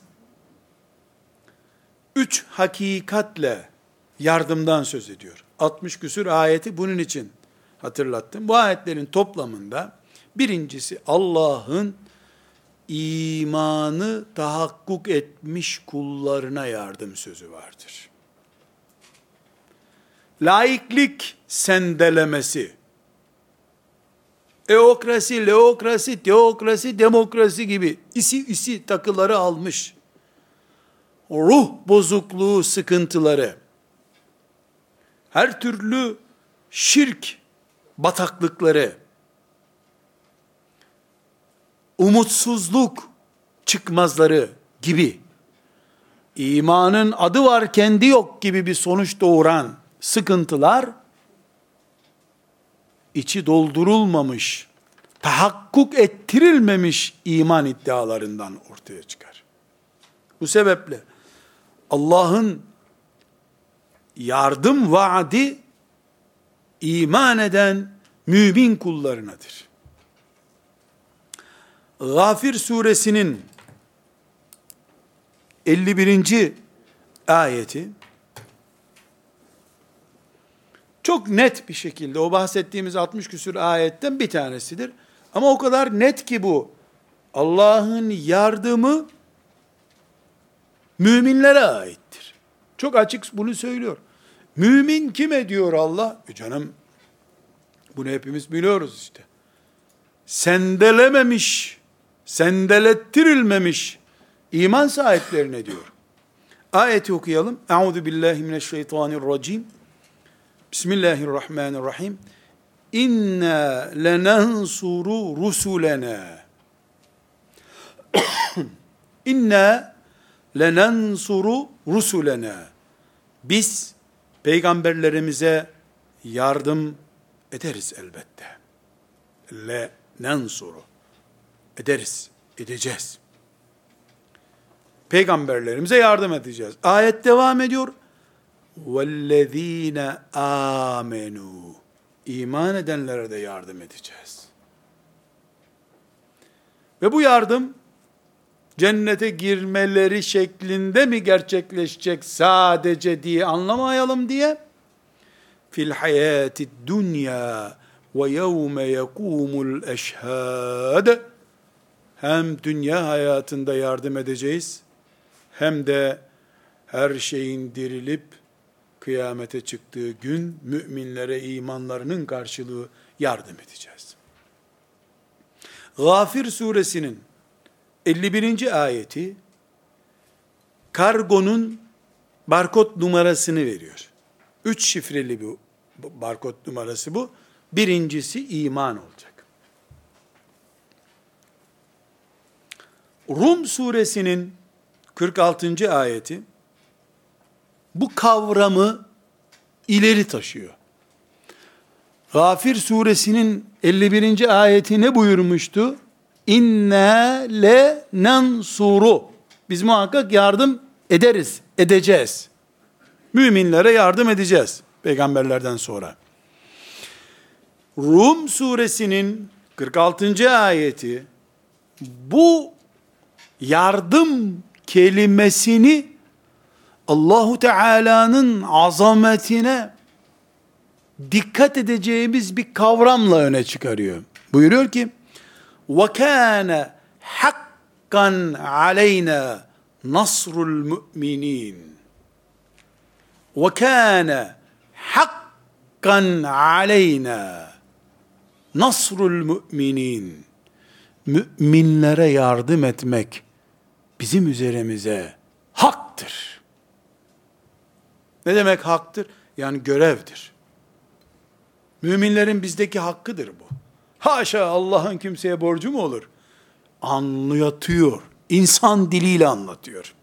3 hakikatle yardımdan söz ediyor. 60 küsur ayeti bunun için hatırlattım. Bu ayetlerin toplamında birincisi Allah'ın imanı tahakkuk etmiş kullarına yardım sözü vardır. Laiklik sendelemesi, eokrasi, leokrasi, teokrasi, demokrasi gibi isi takıları almış, ruh bozukluğu sıkıntıları, her türlü şirk bataklıkları, umutsuzluk çıkmazları gibi, imanın adı var kendi yok gibi bir sonuç doğuran sıkıntılar, içi doldurulmamış, tahakkuk ettirilmemiş iman iddialarından ortaya çıkar. Bu sebeple Allah'ın yardım vaadi iman eden mümin kullarınadır. Gafir suresinin 51. ayeti çok net bir şekilde o bahsettiğimiz 60 küsur ayetten bir tanesidir. Ama o kadar net ki bu. Allah'ın yardımı müminlere aittir. Çok açık bunu söylüyor. Mümin kime diyor Allah? Canım bunu hepimiz biliyoruz işte. Sendelememiş, sendelettirilmemiş iman sahiplerine diyor. Ayeti okuyalım. Euzu billahi mineşşeytanirracim. Bismillahirrahmanirrahim. İnna lenansuru rusulena. İnna lenansuru rusulena. Biz peygamberlerimize yardım ederiz elbette. Lenansuru. Edeceğiz. Peygamberlerimize yardım edeceğiz. Ayet devam ediyor. وَالَّذ۪ينَ آمَنُوا İman edenlere de yardım edeceğiz. Ve bu yardım cennete girmeleri şeklinde mi gerçekleşecek sadece diye anlamayalım diye fil hayati dunya ve yevme yekumul eşhad hem dünya hayatında yardım edeceğiz hem de her şeyin dirilip kıyamete çıktığı gün müminlere imanlarının karşılığı yardım edeceğiz. Gafir suresinin 51. ayeti kargonun barkod numarasını veriyor. 3 şifreli bu barkod numarası bu. Birincisi iman olacak. Rum suresinin 46. ayeti bu kavramı ileri taşıyor. Gafir suresinin 51. ayeti ne buyurmuştu? İnna le nansuru. Biz muhakkak yardım ederiz, edeceğiz. Müminlere yardım edeceğiz peygamberlerden sonra. Rum suresinin 46. ayeti bu yardım kelimesini Allahu Teala'nın azametine dikkat edeceğimiz bir kavramla öne çıkarıyor. Buyuruyor ki: وَكَانَ حَقًّا عَلَيْنَا نَصْرُ الْمُؤْمِنِينَ وَكَانَ حَقًّا عَلَيْنَا نَصْرُ الْمُؤْمِنِينَ Müminlere yardım etmek bizim üzerimize haktır. Ne demek haktır? Yani görevdir. Müminlerin bizdeki hakkıdır bu. Haşa, Allah'ın kimseye borcu mu olur? Anlatıyor. İnsan diliyle anlatıyor.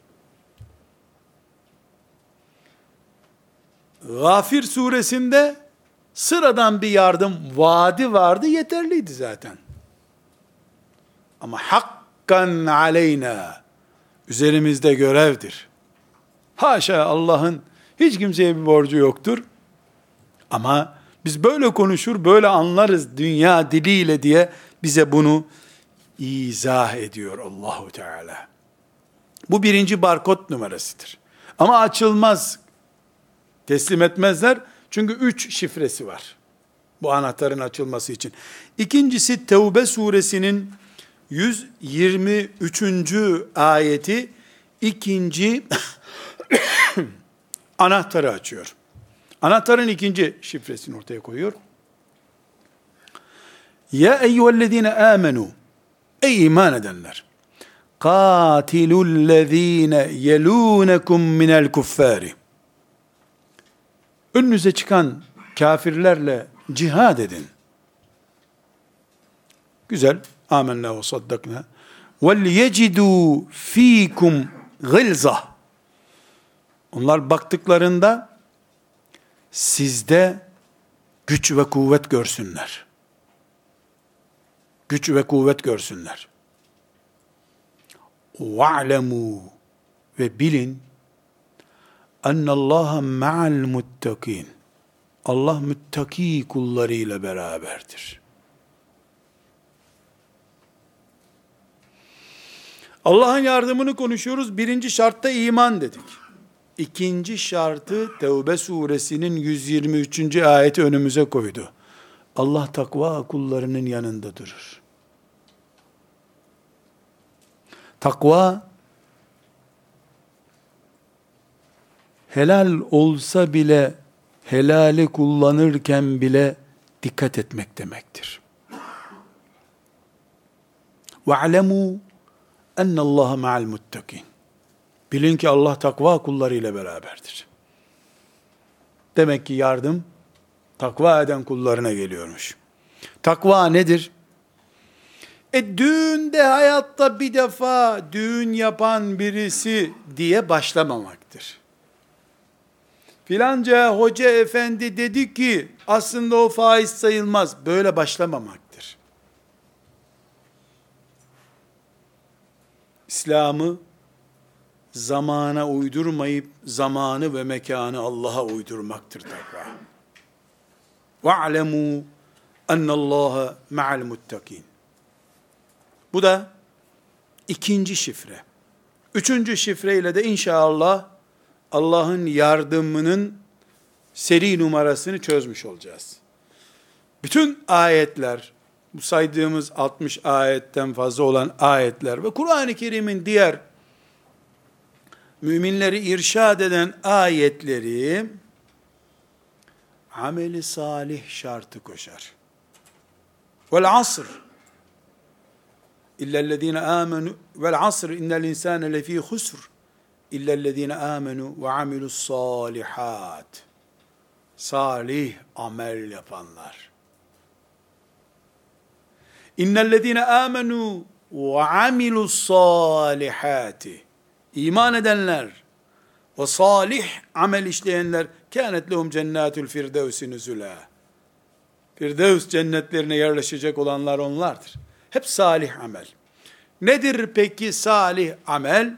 Gafir suresinde sıradan bir yardım vaadi vardı, yeterliydi zaten. Ama hakkan aleyna, üzerimizde görevdir. Haşa, Allah'ın hiç kimseye bir borcu yoktur. Ama biz böyle konuşur, böyle anlarız dünya diliyle diye bize bunu izah ediyor Allahu Teala. Bu birinci barkod numarasıdır. Ama açılmaz, teslim etmezler. Çünkü 3 şifresi var bu anahtarın açılması için. İkincisi, Tevbe suresinin 123. ayeti ikinci anahtarı açıyor. Anahtarın ikinci şifresini ortaya koyuyor. Ya eyyühellezine amenu, ey iman edenler, katilullezine yelunekum minel kuffari, önünüze çıkan kafirlerle cihad edin. Güzel. Amenna ve saddakna. Vel yecidû fîkum gılzah. Onlar baktıklarında sizde güç ve kuvvet görsünler. Güç ve kuvvet görsünler. وَعْلَمُوا ve bilin ennallaha ma'al muttakin. Allah müttaki kullarıyla beraberdir. Allah'ın yardımını konuşuyoruz. Birinci şartta iman dedik. İkinci şartı Tevbe suresinin 123. ayeti önümüze koydu. Allah takva kullarının yanında durur. Takva, helal olsa bile, helali kullanırken bile dikkat etmek demektir. وَعْلَمُوا اَنَّ اللّٰهَ مَعَ الْمُتَّقِينَ. Bilin ki Allah takva kullarıyla beraberdir. Demek ki yardım takva eden kullarına geliyormuş. Takva nedir? Düğünde hayatta bir defa düğün yapan birisi diye başlamamaktır. Filanca hoca efendi dedi ki aslında o faiz sayılmaz. Böyle başlamamaktır. İslam'ı zamana uydurmayıp zamanı ve mekanı Allah'a uydurmaktır takva. وَاعْلَمُوا اَنَّ اللّٰهَ مَعَ الْمُتَّقِينَ. Bu da ikinci şifre. Üçüncü şifreyle de inşallah Allah'ın yardımının seri numarasını çözmüş olacağız. Bütün ayetler, bu saydığımız 60 ayetten fazla olan ayetler ve Kur'an-ı Kerim'in diğer müminleri irşad eden ayetleri ameli salih şartı koşar. Vel asr illellezine amenu vel asr innel insane lefî husr illellezine amenu ve amilus salihat. Salih amel yapanlar. İnnellezine amenu ve amilus salihati. İman edenler ve salih amel işleyenler kânet lehum cennâtul firdevsi nüzulâ. Firdevs cennetlerine yerleşecek olanlar onlardır. Hep salih amel. Nedir peki salih amel?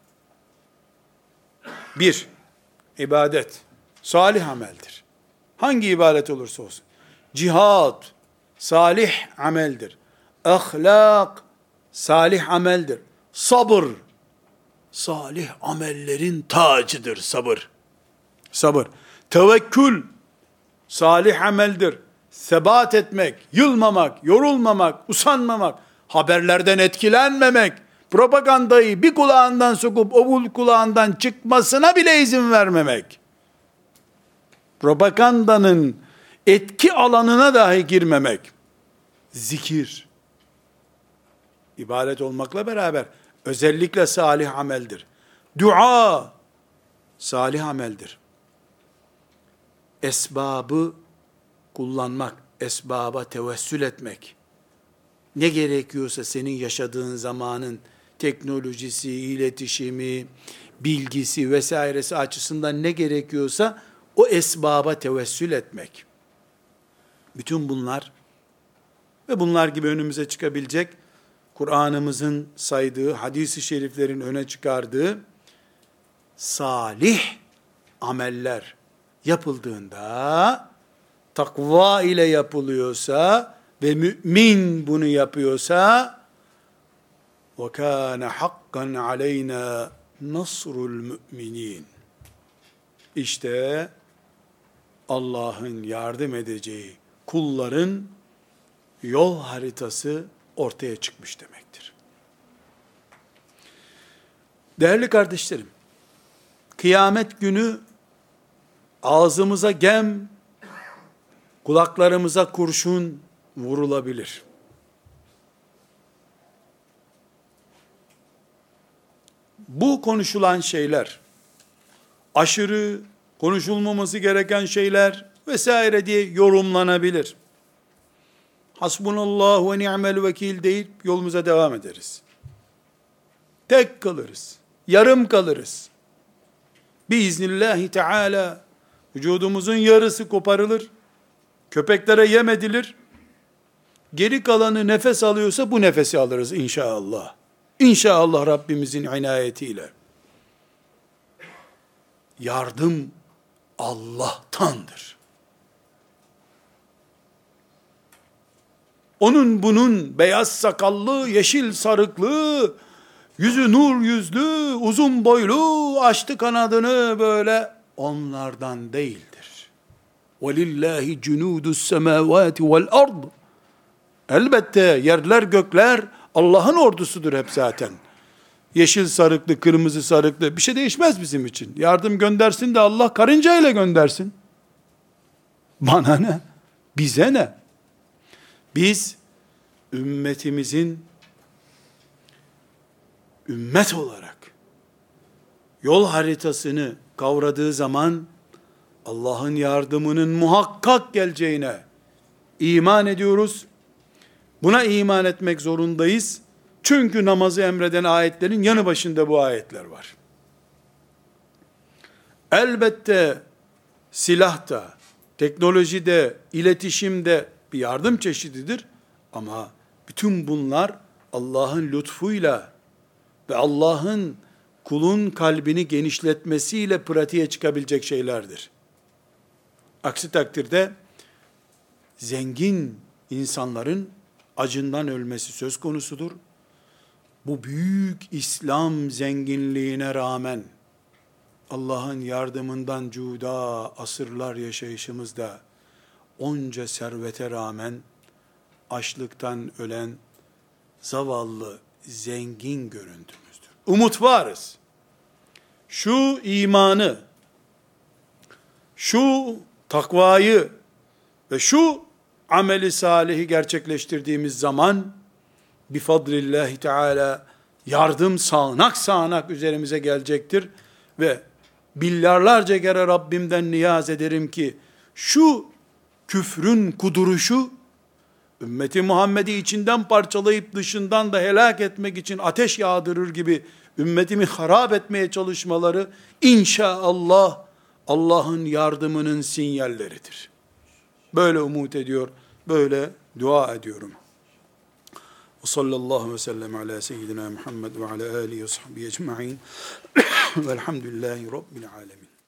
Bir, ibadet. Salih ameldir. Hangi ibadet olursa olsun. Cihad, salih ameldir. Ahlak, salih ameldir. Sabır, salih amellerin tacıdır sabır. Sabır. Tevekkül, salih ameldir. Sebat etmek, yılmamak, yorulmamak, usanmamak, haberlerden etkilenmemek, propagandayı bir kulağından sokup öbür kulağından çıkmasına bile izin vermemek, propagandanın etki alanına dahi girmemek, zikir, ibadet olmakla beraber özellikle salih ameldir. Dua, salih ameldir. Esbabı kullanmak, esbaba tevessül etmek, ne gerekiyorsa senin yaşadığın zamanın teknolojisi, iletişimi, bilgisi vesairesi açısından ne gerekiyorsa o esbaba tevessül etmek. Bütün bunlar ve bunlar gibi önümüze çıkabilecek Kur'an'ımızın saydığı, hadis-i şeriflerin öne çıkardığı salih ameller yapıldığında, takva ile yapılıyorsa ve mümin bunu yapıyorsa, وَكَانَ حَقًّا عَلَيْنَا نَصْرُ الْمُؤْمِنِينَ. İşte Allah'ın yardım edeceği kulların yol haritası ortaya çıkmış demektir. Değerli kardeşlerim, kıyamet günü ağzımıza gem, kulaklarımıza kurşun vurulabilir. Bu konuşulan şeyler, aşırı, konuşulmaması gereken şeyler vesaire diye yorumlanabilir. Hasbunallahu ve ni'mel vekil deyip yolumuza devam ederiz. Tek kalırız, yarım kalırız. Biiznillahü teala vücudumuzun yarısı koparılır, köpeklere yem edilir. Geri kalanı nefes alıyorsa bu nefesi alırız inşallah. İnşallah Rabbimizin inayetiyle. Yardım Allah'tandır. Onun beyaz sakallı, yeşil sarıklı, yüzü nur yüzlü, uzun boylu, açtı kanadını böyle, onlardan değildir. وَلِلَّهِ جُنُودُ السَّمَاوَاتِ وَالْأَرْضِ. Elbette yerler gökler Allah'ın ordusudur hep zaten. Yeşil sarıklı, kırmızı sarıklı bir şey değişmez bizim için. Yardım göndersin de Allah karıncayla göndersin. Bana ne? Bize ne? Biz ümmetimizin ümmet olarak yol haritasını kavradığı zaman Allah'ın yardımının muhakkak geleceğine iman ediyoruz. Buna iman etmek zorundayız. Çünkü namazı emreden ayetlerin yanı başında bu ayetler var. Elbette silah da, teknoloji de, iletişim de bir yardım çeşididir. Ama bütün bunlar Allah'ın lütfuyla ve Allah'ın kulun kalbini genişletmesiyle pratiğe çıkabilecek şeylerdir. Aksi takdirde zengin insanların acından ölmesi söz konusudur. Bu büyük İslam zenginliğine rağmen Allah'ın yardımından cuda asırlar yaşayışımızda onca servete rağmen açlıktan ölen zavallı zengin görüntümüzdür. Umut varız. Şu imanı, şu takvayı ve şu ameli salihi gerçekleştirdiğimiz zaman bifadlillahi teala yardım sağanak sağanak üzerimize gelecektir ve milyarlarca kere Rabbimden niyaz ederim ki şu küfrün kuduruşu ümmeti Muhammed'i içinden parçalayıp dışından da helak etmek için ateş yağdırır gibi ümmetimi harap etmeye çalışmaları inşallah Allah'ın yardımının sinyalleridir. Böyle umut ediyor, böyle dua ediyorum. Ve sallallahu ve sellem ala seyyidina Muhammed ve ala alihi ve sahbihi ecma'in velhamdülillahi rabbil alemin.